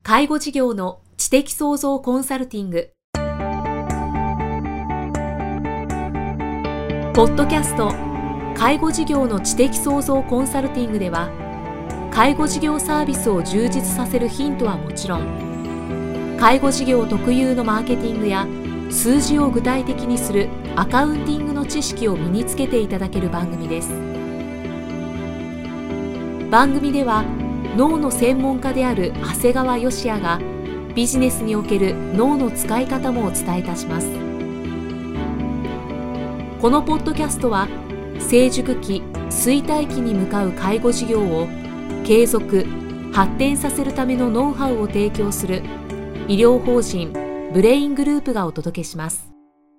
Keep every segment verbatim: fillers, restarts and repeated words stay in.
介護事業の知的創造コンサルティング。ポッドキャスト介護事業の知的創造コンサルティングでは、介護事業サービスを充実させるヒントはもちろん、介護事業特有のマーケティングや数字を具体的にするアカウンティングの知識を身につけていただける番組です。番組では脳の専門家である長谷川芳也がビジネスにおける脳の使い方もお伝えいたします。このポッドキャストは成熟期・衰退期に向かう介護事業を継続・発展させるためのノウハウを提供する医療法人ブレイングループがお届けします。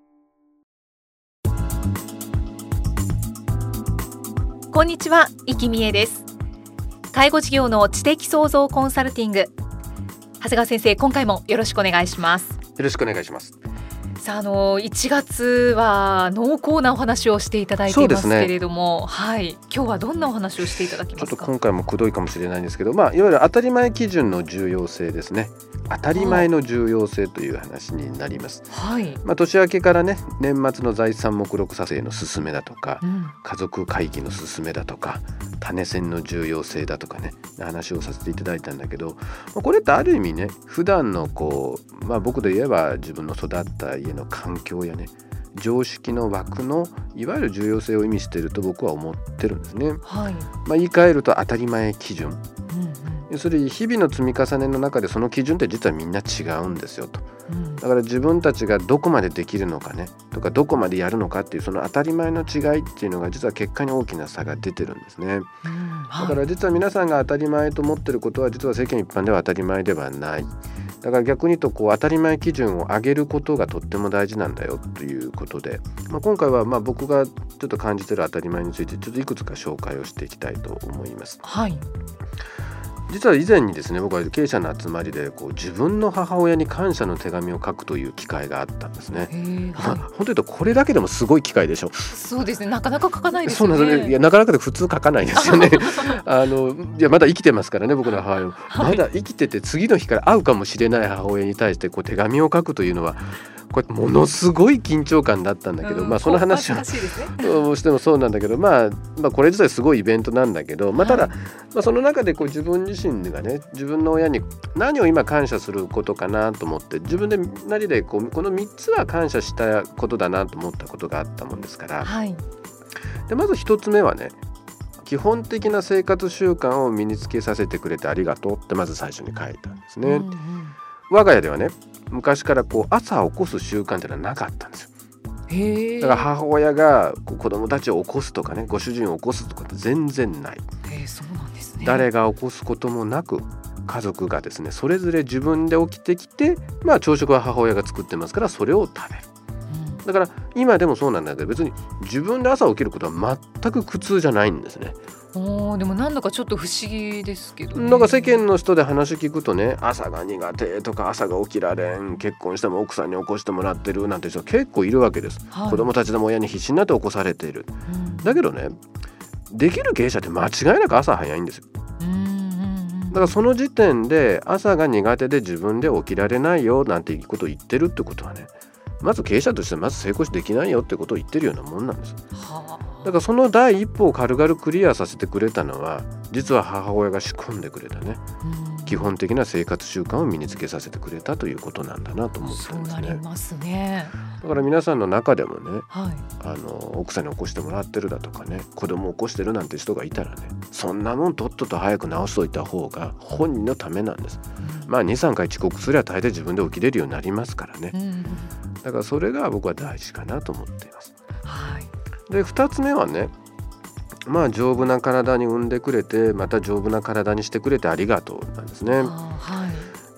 こんにちは、生きみえです。介護事業の知的創造コンサルティング、長谷川先生、今回もよろしくお願いします。 よろしくお願いします。 さあ、あのいちがつは濃厚なお話をしていただいていますけれども、ね、はい、今日はどんなお話をしていただけますか。 ちょっと今回もくどいかもしれないんですけど、まあ、いわゆる当たり前基準の重要性ですね。当たり前の重要性という話になります。 はい、 まあ、年明けからね、年末の財産目録査定の進めだとか、うん、家族会議の進めだとか、種銭の重要性だとかね、話をさせていただいたんだけど、これってある意味ね、普段のこう、まあ、僕で言えば自分の育った家の環境やね、常識の枠のいわゆる重要性を意味していると僕は思ってるんですね。 はい、 まあ、言い換えると当たり前基準、うんうん、要するに日々の積み重ねの中でその基準って実はみんな違うんですよと、うん、だから自分たちがどこまでできるのかねとか、どこまでやるのかっていうその当たり前の違いっていうのが実は結果に大きな差が出てるんですね。うん、はい、だから実は皆さんが当たり前と思ってることは実は世間一般では当たり前ではない。だから逆に言うとこう当たり前基準を上げることがとっても大事なんだよということで、まあ、今回はまあ僕がちょっと感じている当たり前についてちょっといくつか紹介をしていきたいと思います。 はい、 実は以前にですね、僕は経営者の集まりでこう自分の母親に感謝の手紙を書くという機会があったんですね。 へー、 まあ、 はい、 本当に言うとこれだけでもすごい機会でしょ。 そうですね、なかなか書かないですよね。 そうなんですね。いや、なかなかで普通書かないですよねあのいやまだ生きてますからね、僕の母親、はい、まだ生きてて次の日から会うかもしれない母親に対してこう手紙を書くというのはこれものすごい緊張感だったんだけど、うん、まあ、その話をしてもそうなんだけど、まあ、まあこれ自体すごいイベントなんだけど、まあ、ただ、はい、まあ、その中でこう自分自身がね、自分の親に何を今感謝することかなと思って自分で何でこうこのみっつは感謝したことだなと思ったことがあったもんですから、 はい、 でまずひとつめはね、基本的な生活習慣を身につけさせてくれてありがとうってまず最初に書いたんですね。うんうん、我が家ではね、昔からこう朝起こす習慣ってのはなかったんですよ。 へー。 だから母親がこう子供たちを起こすとかね、ご主人を起こすとかって全然ない。 へー、そうなんですね。 誰が起こすこともなく、家族がですねそれぞれ自分で起きてきて、まあ朝食は母親が作ってますからそれを食べる。うん、だから今でもそうなんだけど、別に自分で朝起きることは全く苦痛じゃないんですね。 お、でもなんだかちょっと不思議ですけどね。 なんか世間の人で話聞くとね、朝が苦手とか朝が起きられん、結婚しても奥さんに起こしてもらってるなんて人結構いるわけです。はい、子供たちでも親に必死になって起こされている。うん、だけどね、できる経営者って間違いなく朝早いんですよ。うんうんうん、だからその時点で朝が苦手で自分で起きられないよなんていうことを言ってるってことはね、まず経営者としてまず成功できないよってことを言ってるようなもんなんです。はあ、だからその第一歩を軽々クリアさせてくれたのは実は母親が仕込んでくれたね、うん、基本的な生活習慣を身につけさせてくれたということなんだなと思ってるんですね。 そうなりますね。 だから皆さんの中でもね、 はい、 あの奥さんに起こしてもらってるだとかね、子供を起こしてるなんて人がいたらね、そんなもんとっとと早く直しといた方が本人のためなんです。うん、まあ にさんかい遅刻すれば大抵自分で起きれるようになりますからね。うん、だからそれが僕は大事かなと思っています。 はい、 でふたつめはね、まあ丈夫な体に産んでくれて、また丈夫な体にしてくれてありがとうなんですね。 あ、はい、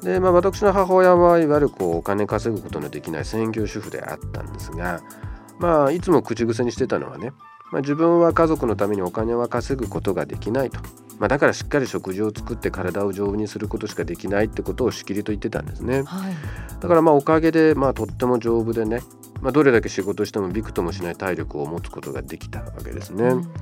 で、まあ、私の母親はいわゆるこうお金稼ぐことのできない専業主婦であったんですが、まあいつも口癖にしてたのはね、まあ、自分は家族のためにお金は稼ぐことができないと、まあ、だからしっかり食事を作って体を丈夫にすることしかできないってことをしきりと言ってたんですね。 はい、 だからまあおかげでまあとっても丈夫でね、まあ、どれだけ仕事してもびくともしない体力を持つことができたわけですね。うん、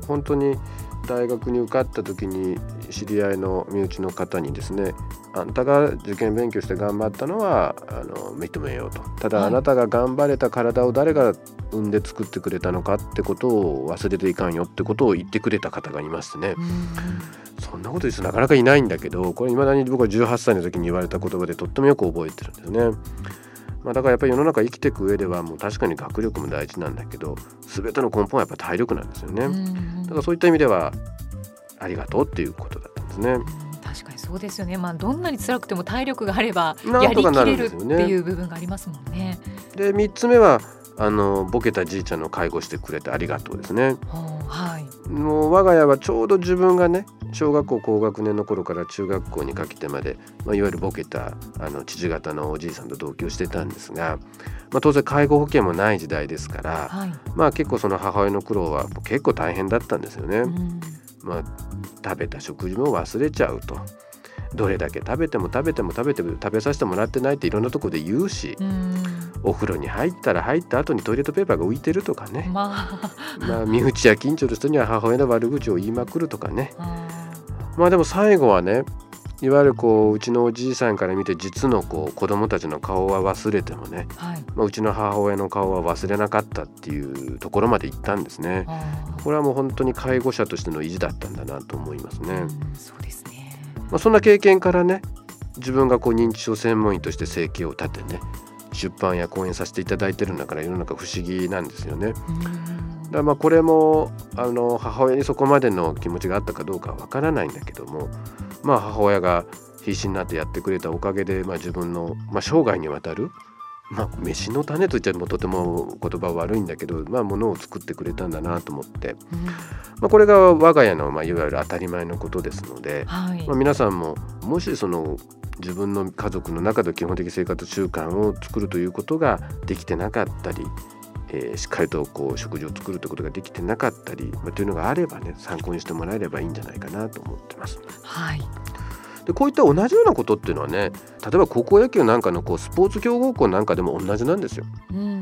本当に大学に受かった時に知り合いの身内の方にですね、あんたが受験勉強して頑張ったのはあの認めようと、ただあなたが頑張れた体を誰が産んで作ってくれたのかってことを忘れていかんよってことを言ってくれた方がいましてね、そんなこと言う人なかなかいないんだけど、これ未だに僕はじゅうはっさいの時に言われた言葉でとってもよく覚えてるんですね。まあ、だからやっぱり世の中生きていく上ではもう確かに学力も大事なんだけど、全ての根本はやっぱ体力なんですよね。だからそういった意味ではありがとうっていうことだったんですね。 確かにそうですよね。まあ、どんなに辛くても体力があればやりきれるっていう部分がありますもんね。 でみっつめはあのボケたじいちゃんの介護してくれてありがとうですね。 はい、 もう我が家はちょうど自分がね小学校高学年の頃から中学校にかけてまで、まあ、いわゆるボケたあの父方のおじいさんと同居してたんですが、まあ、当然介護保険もない時代ですから、はい、まあ、結構その母親の苦労は結構大変だったんですよね。うん、まあ、食べた食事も忘れちゃうと、どれだけ食べても食べても食べても食べさせてもらってないっていろんなところで言うし、うん、お風呂に入ったら入った後にトイレットペーパーが浮いてるとかね、まあまあ、身内や近所の人には母親の悪口を言いまくるとかね、まあでも最後はね、いわゆるこううちのおじいさんから見て実のこう子供たちの顔は忘れてもね、はい、まあ、うちの母親の顔は忘れなかったっていうところまで行ったんですね。これはもう本当に介護者としての意地だったんだなと思いますね。うん、そうですね。まあ、そんな経験からね、自分がこう認知症専門医として生計を立てね、出版や講演させていただいてるんだから世の中不思議なんですよね。うん、だからまあこれもあの母親にそこまでの気持ちがあったかどうかはわからないんだけども、まあ、母親が必死になってやってくれたおかげで、まあ、自分の、まあ、生涯にわたる、まあ、飯の種といっちゃもとても言葉悪いんだけど、まあ、ものを作ってくれたんだなと思って、うん、まあ、これが我が家の、まあ、いわゆる当たり前のことですので、はい、まあ、皆さんももしその自分の家族の中で基本的生活習慣を作るということができてなかったり、えー、しっかりとこう食事を作るということができてなかったり、まあ、というのがあればね、参考にしてもらえればいいんじゃないかなと思ってます。 はい。 でこういった同じようなことっていうのはね、例えば高校野球なんかのこうスポーツ強豪校なんかでも同じなんですよ。うんうんうん、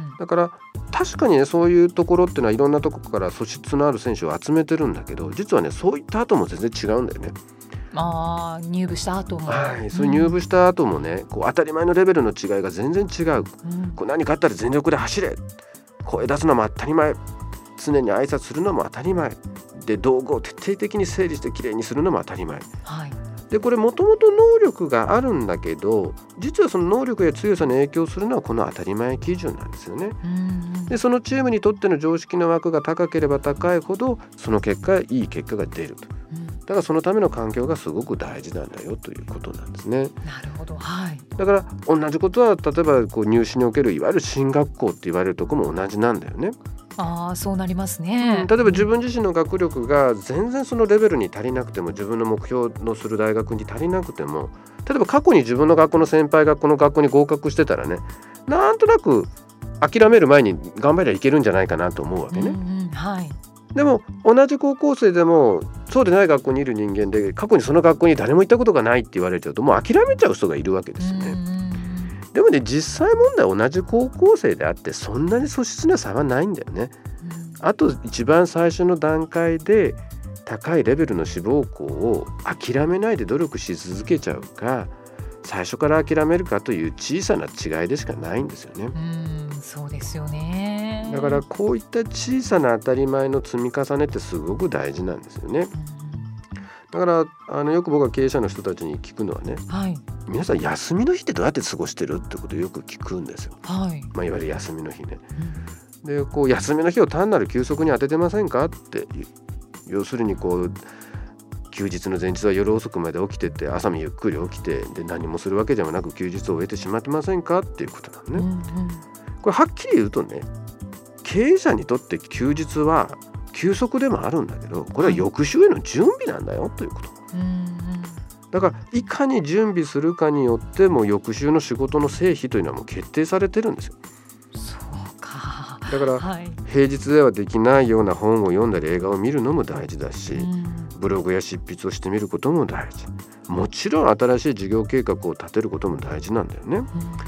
だから確かにね、そういうところっていうのはいろんなところから素質のある選手を集めてるんだけど、実はねそういった後も全然違うんだよね。 あ、入部した後も、 はい、そういう入部した後もね、こう当たり前のレベルの違いが全然違う、うん、こう何かあったら全力で走れ、声出すのも当たり前、常に挨拶するのも当たり前で、道具を徹底的に整理してきれいにするのも当たり前、はい、でこれもともと能力があるんだけど、実はその能力や強さに影響するのはこの当たり前基準なんですよね。でそのチームにとっての常識の枠が高ければ高いほど、その結果いい結果が出ると。だからそのための環境がすごく大事なんだよということなんですね。 なるほど、はい、 だから同じことは例えばこう入試におけるいわゆる進学校って言われるところも同じなんだよね。 ああ、そうなりますね。 うん、例えば自分自身の学力が全然そのレベルに足りなくても、自分の目標のする大学に足りなくても、例えば過去に自分の学校の先輩がこの学校に合格してたらね、なんとなく諦める前に頑張りゃいけるんじゃないかなと思うわけね。うんうん、はい。でも同じ高校生でもそうでない学校にいる人間で、過去にその学校に誰も行ったことがないって言われちゃうと、もう諦めちゃう人がいるわけですよね。でもね、実際問題同じ高校生であってそんなに素質な差はないんだよね。あと一番最初の段階で高いレベルの志望校を諦めないで努力し続けちゃうか、最初から諦めるかという小さな違いでしかないんですよね。 うん、そうですよね。 だからこういった小さな当たり前の積み重ねってすごく大事なんですよね。だからあのよく僕は経営者の人たちに聞くのはね、はい、皆さん休みの日ってどうやって過ごしてるってことをよく聞くんですよ。はい、まあ、いわゆる休みの日ね。うん、でこう休みの日を単なる休息に当ててませんかって、要するにこう休日の前日は夜遅くまで起きてて、朝もゆっくり起きて、で何もするわけでもなく休日を終えてしまってませんかっていうことなのね。うんうん、これはっきり言うとね、経営者にとって休日は休息でもあるんだけど、これは翌週への準備なんだよということ。うんうん、だからいかに準備するかによっても翌週の仕事の成否というのはもう決定されてるんですよ。 そうか。 だから、はい、平日ではできないような本を読んだり映画を見るのも大事だし、うん、ブログや執筆をしてみることも大事。もちろん新しい事業計画を立てることも大事なんだよね。うんうん、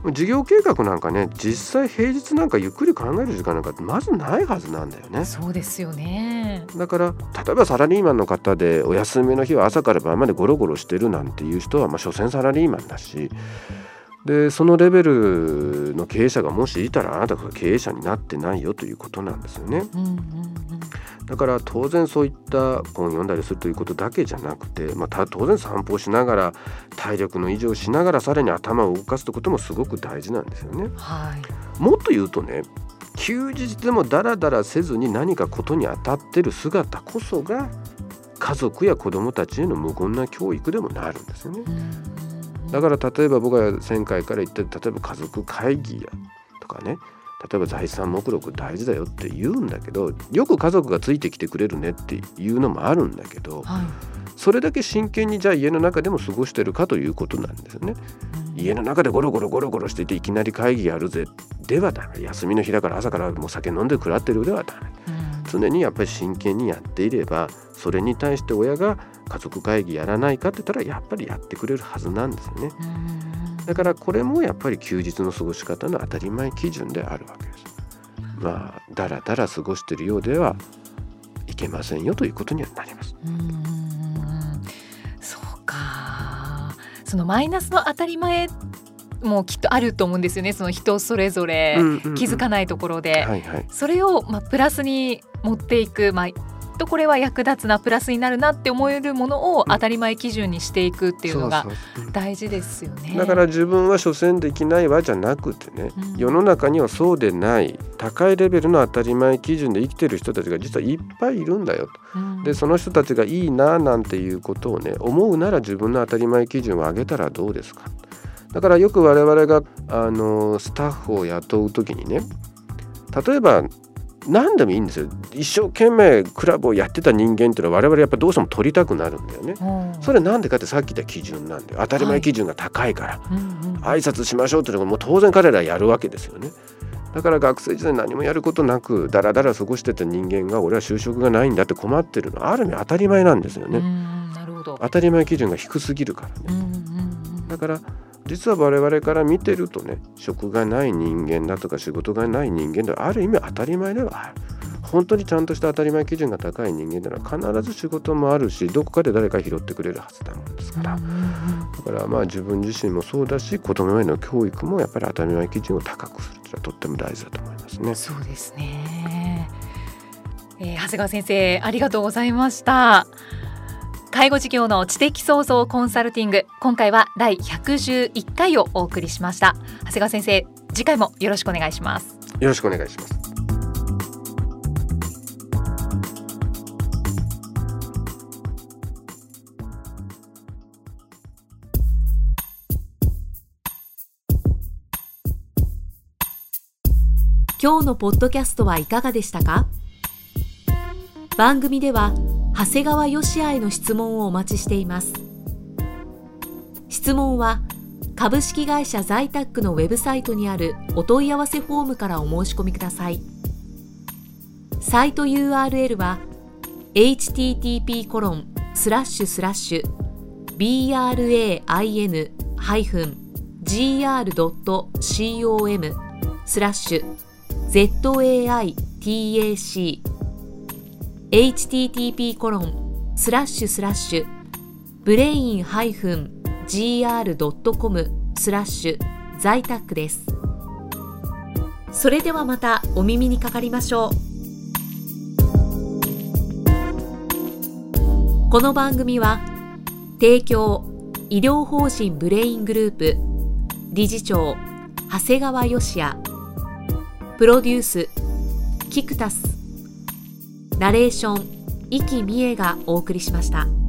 事業計画なんかね、実際平日なんかゆっくり考える時間なんかまずないはずなんだよね。 そうですよね。 だから例えばサラリーマンの方でお休みの日は朝から晩までゴロゴロしてるなんていう人は、まあ所詮サラリーマンだし、でそのレベルの経営者がもしいたら、あなたが経営者になってないよということなんですよね。 うんうんうん、 だから当然そういった本を読んだりするということだけじゃなくて、まあ、当然散歩しながら体力の維持をしながらさらに頭を動かすということもすごく大事なんですよね。 はい、 もっと言うとね、休日でもダラダラせずに何かことに当たってる姿こそが家族や子どもたちへの無言な教育でもなるんですよね。だから例えば僕が前回から言って、例えば家族会議やとかね、例えば財産目録大事だよって言うんだけど、よく家族がついてきてくれるねっていうのもあるんだけど、 はい、 それだけ真剣にじゃあ家の中でも過ごしてるかということなんですよね。うん、家の中でゴロゴロゴロゴロしていていきなり会議やるぜではダメ、休みの日だから朝からもう酒飲んで食らってるではダメ、うん、常にやっぱり真剣にやっていれば、それに対して親が家族会議やらないかって言ったらやっぱりやってくれるはずなんですよね。うん、だからこれもやっぱり休日の過ごし方の当たり前基準であるわけです。まあだらだら過ごしているようではいけませんよということにはなります。 うーん、そうか。そのマイナスの当たり前もきっとあると思うんですよね。その人それぞれ気づかないところで、 はいはい、 それをまあプラスに持っていく、まあとこれは役立つな、プラスになるなって思えるものを当たり前基準にしていくっていうのが大事ですよね。 そうそう、だから自分は所詮できないわじゃなくてね、うん、世の中にはそうでない高いレベルの当たり前基準で生きてる人たちが実はいっぱいいるんだよと、うん、でその人たちがいいななんていうことをね思うなら、自分の当たり前基準を上げたらどうですか。だからよく我々があのスタッフを雇うときにね、例えば何でもいいんですよ。一生懸命クラブをやってた人間っていうのは我々やっぱどうしても取りたくなるんだよね。うん、それなんでかってさっき言った基準なんだよ。当たり前基準が高いから、はい、うんうん、挨拶しましょうっていうのがもう当然彼らやるわけですよね。だから学生時代何もやることなくダラダラ過ごしてた人間が俺は就職がないんだって困ってるのはある意味当たり前なんですよね。 うん、なるほど。 当たり前基準が低すぎるからね。うんうんうん、だから実は我々から見てるとね、職がない人間だとか仕事がない人間ではある意味当たり前ではある。本当にちゃんとした当たり前基準が高い人間では必ず仕事もあるし、どこかで誰か拾ってくれるはずなもんですから、だからまあ自分自身もそうだし、子供への教育もやっぱり当たり前基準を高くするというのはとっても大事だと思いますね。 そうですね、えー、長谷川先生ありがとうございました。介護事業の知的創造コンサルティング、今回はだいひゃくじゅういっかいをお送りしました。長谷川先生、次回もよろしくお願いします。 よろしくお願いします。 今日のポッドキャストはいかがでしたか？番組では長谷川芳也への質問をお待ちしています。質問は株式会社在宅のウェブサイトにあるお問い合わせフォームからお申し込みください。サイト ユーアールエル は エイチティーティーピーコロンスラッシュスラッシュビーアールエーアイエヌハイフンジーアールドットコムスラッシュ ゼットエーアイティーエーシー エイチティーティーピーコロンスラッシュスラッシュブレインハイフンジーアールドットコムスラッシュ在宅です。それではまたお耳にかかりましょう。この番組は提供医療法人ブレイングループ理事長長谷川芳也、プロデュースキクタス、ナレーション生きみえがお送りしました。